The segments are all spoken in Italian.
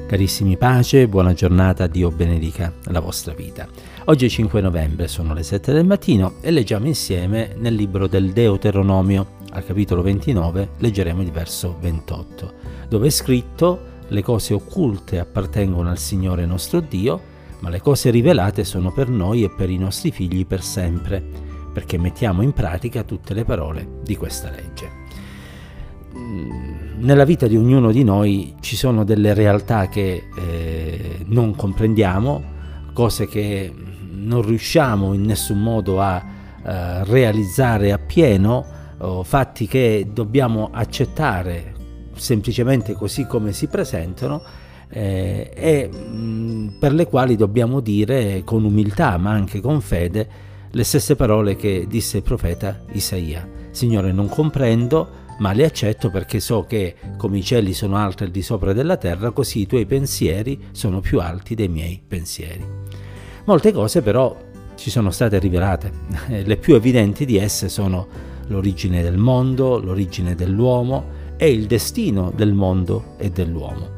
Carissimi, pace, buona giornata, Dio benedica la vostra vita. Oggi è 5 novembre, sono le 7 del mattino e leggiamo insieme nel libro del Deuteronomio, al capitolo 29, leggeremo il verso 28, dove è scritto: le cose occulte appartengono al Signore nostro Dio, ma le cose rivelate sono per noi e per i nostri figli per sempre, perché mettiamo in pratica tutte le parole di questa legge. Nella vita di ognuno di noi ci sono delle realtà che non comprendiamo, cose che non riusciamo in nessun modo a realizzare appieno, fatti che dobbiamo accettare semplicemente così come si presentano, e per le quali dobbiamo dire con umiltà ma anche con fede le stesse parole che disse il profeta Isaia: Signore, non comprendo, ma le accetto perché so che come i cieli sono alti al di sopra della terra, così i tuoi pensieri sono più alti dei miei pensieri. Molte cose però ci sono state rivelate, le più evidenti di esse sono l'origine del mondo, l'origine dell'uomo e il destino del mondo e dell'uomo.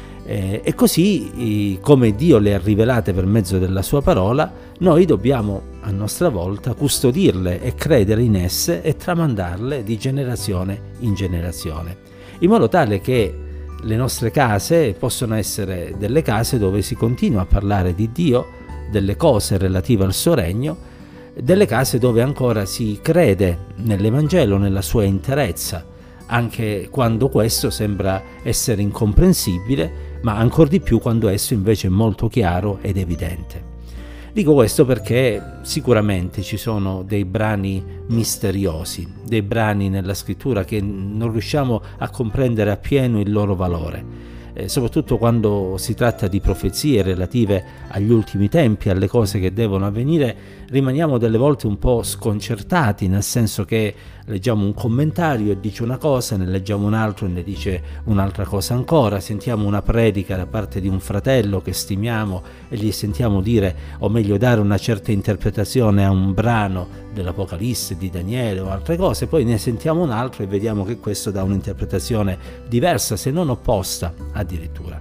E così, come Dio le ha rivelate per mezzo della sua parola, noi dobbiamo a nostra volta custodirle e credere in esse e tramandarle di generazione in generazione, in modo tale che le nostre case possano essere delle case dove si continua a parlare di Dio, delle cose relative al suo regno, delle case dove ancora si crede nell'Evangelo, nella sua interezza, anche quando questo sembra essere incomprensibile, ma ancor di più quando esso invece è molto chiaro ed evidente. Dico questo perché sicuramente ci sono dei brani misteriosi, dei brani nella scrittura che non riusciamo a comprendere appieno il loro valore, soprattutto quando si tratta di profezie relative agli ultimi tempi, alle cose che devono avvenire. Rimaniamo delle volte un po' sconcertati, nel senso che leggiamo un commentario e dice una cosa, ne leggiamo un altro e ne dice un'altra cosa ancora, sentiamo una predica da parte di un fratello che stimiamo e gli sentiamo dire, o meglio dare una certa interpretazione a un brano dell'Apocalisse, di Daniele o altre cose, poi ne sentiamo un altro e vediamo che questo dà un'interpretazione diversa, se non opposta addirittura.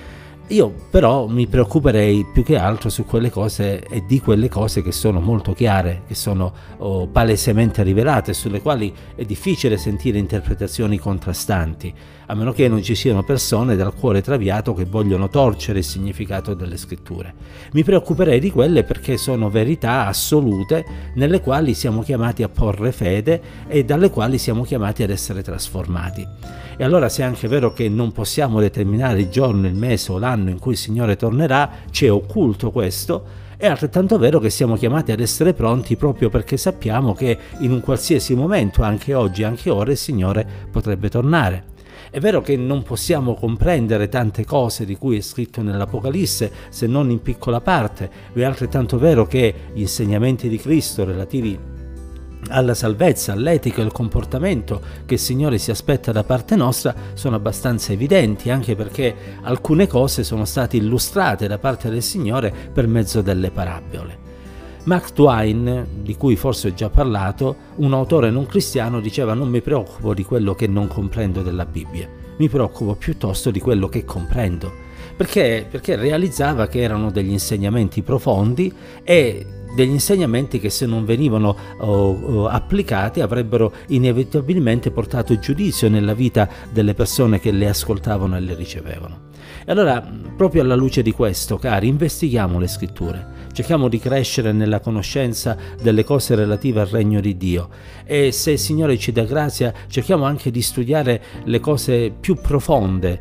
Io però mi preoccuperei più che altro su quelle cose e di quelle cose che sono molto chiare, che sono palesemente rivelate, sulle quali è difficile sentire interpretazioni contrastanti, a meno che non ci siano persone dal cuore traviato che vogliono torcere il significato delle scritture. Mi preoccuperei di quelle perché sono verità assolute nelle quali siamo chiamati a porre fede e dalle quali siamo chiamati ad essere trasformati. E allora, se è anche vero che non possiamo determinare il giorno, il mese o l'anno in cui il Signore tornerà, ci è occulto questo, è altrettanto vero che siamo chiamati ad essere pronti proprio perché sappiamo che in un qualsiasi momento, anche oggi, anche ora, il Signore potrebbe tornare. È vero che non possiamo comprendere tante cose di cui è scritto nell'Apocalisse, se non in piccola parte, è altrettanto vero che gli insegnamenti di Cristo relativi alla salvezza, all'etica e al comportamento che il Signore si aspetta da parte nostra sono abbastanza evidenti, anche perché alcune cose sono state illustrate da parte del Signore per mezzo delle parabole. Mark Twain, di cui forse ho già parlato, un autore non cristiano, diceva: non mi preoccupo di quello che non comprendo della Bibbia, mi preoccupo piuttosto di quello che comprendo, perché realizzava che erano degli insegnamenti profondi e degli insegnamenti che, se non venivano applicati, avrebbero inevitabilmente portato giudizio nella vita delle persone che le ascoltavano e le ricevevano. E allora, proprio alla luce di questo, cari, investighiamo le scritture, cerchiamo di crescere nella conoscenza delle cose relative al regno di Dio e, se il Signore ci dà grazia, cerchiamo anche di studiare le cose più profonde,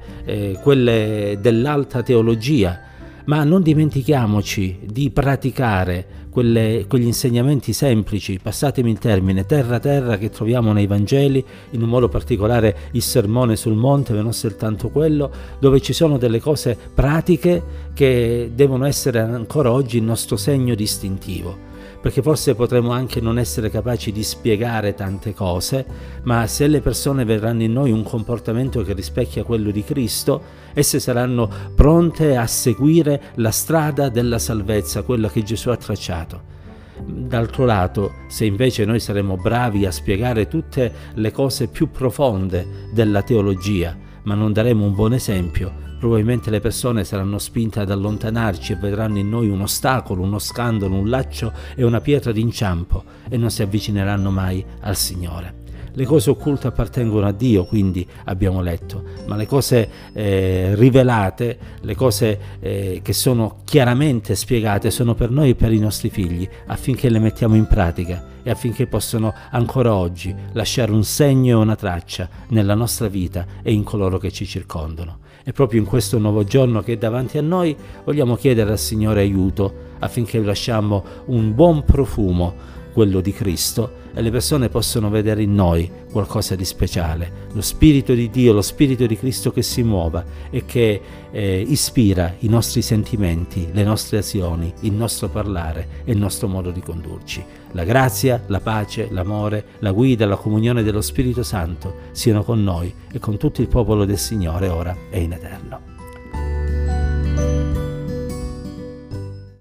quelle dell'alta teologia, ma non dimentichiamoci di praticare quegli insegnamenti semplici, passatemi il termine, terra terra, che troviamo nei Vangeli, in un modo particolare il Sermone sul Monte, ma non soltanto quello, dove ci sono delle cose pratiche che devono essere ancora oggi il nostro segno distintivo. Perché forse potremo anche non essere capaci di spiegare tante cose, ma se le persone vedranno in noi un comportamento che rispecchia quello di Cristo, esse saranno pronte a seguire la strada della salvezza, quella che Gesù ha tracciato. D'altro lato, se invece noi saremo bravi a spiegare tutte le cose più profonde della teologia, ma non daremo un buon esempio, probabilmente le persone saranno spinte ad allontanarci e vedranno in noi un ostacolo, uno scandalo, un laccio e una pietra d'inciampo e non si avvicineranno mai al Signore. Le cose occulte appartengono a Dio, quindi abbiamo letto, ma le cose rivelate, le cose che sono chiaramente spiegate sono per noi e per i nostri figli, affinché le mettiamo in pratica e affinché possano ancora oggi lasciare un segno e una traccia nella nostra vita e in coloro che ci circondano. E proprio in questo nuovo giorno che è davanti a noi vogliamo chiedere al Signore aiuto affinché lasciamo un buon profumo, quello di Cristo, e le persone possono vedere in noi qualcosa di speciale, lo Spirito di Dio, lo Spirito di Cristo che si muova e che ispira i nostri sentimenti, le nostre azioni, il nostro parlare e il nostro modo di condurci. La grazia, la pace, l'amore, la guida, la comunione dello Spirito Santo siano con noi e con tutto il popolo del Signore ora e in eterno.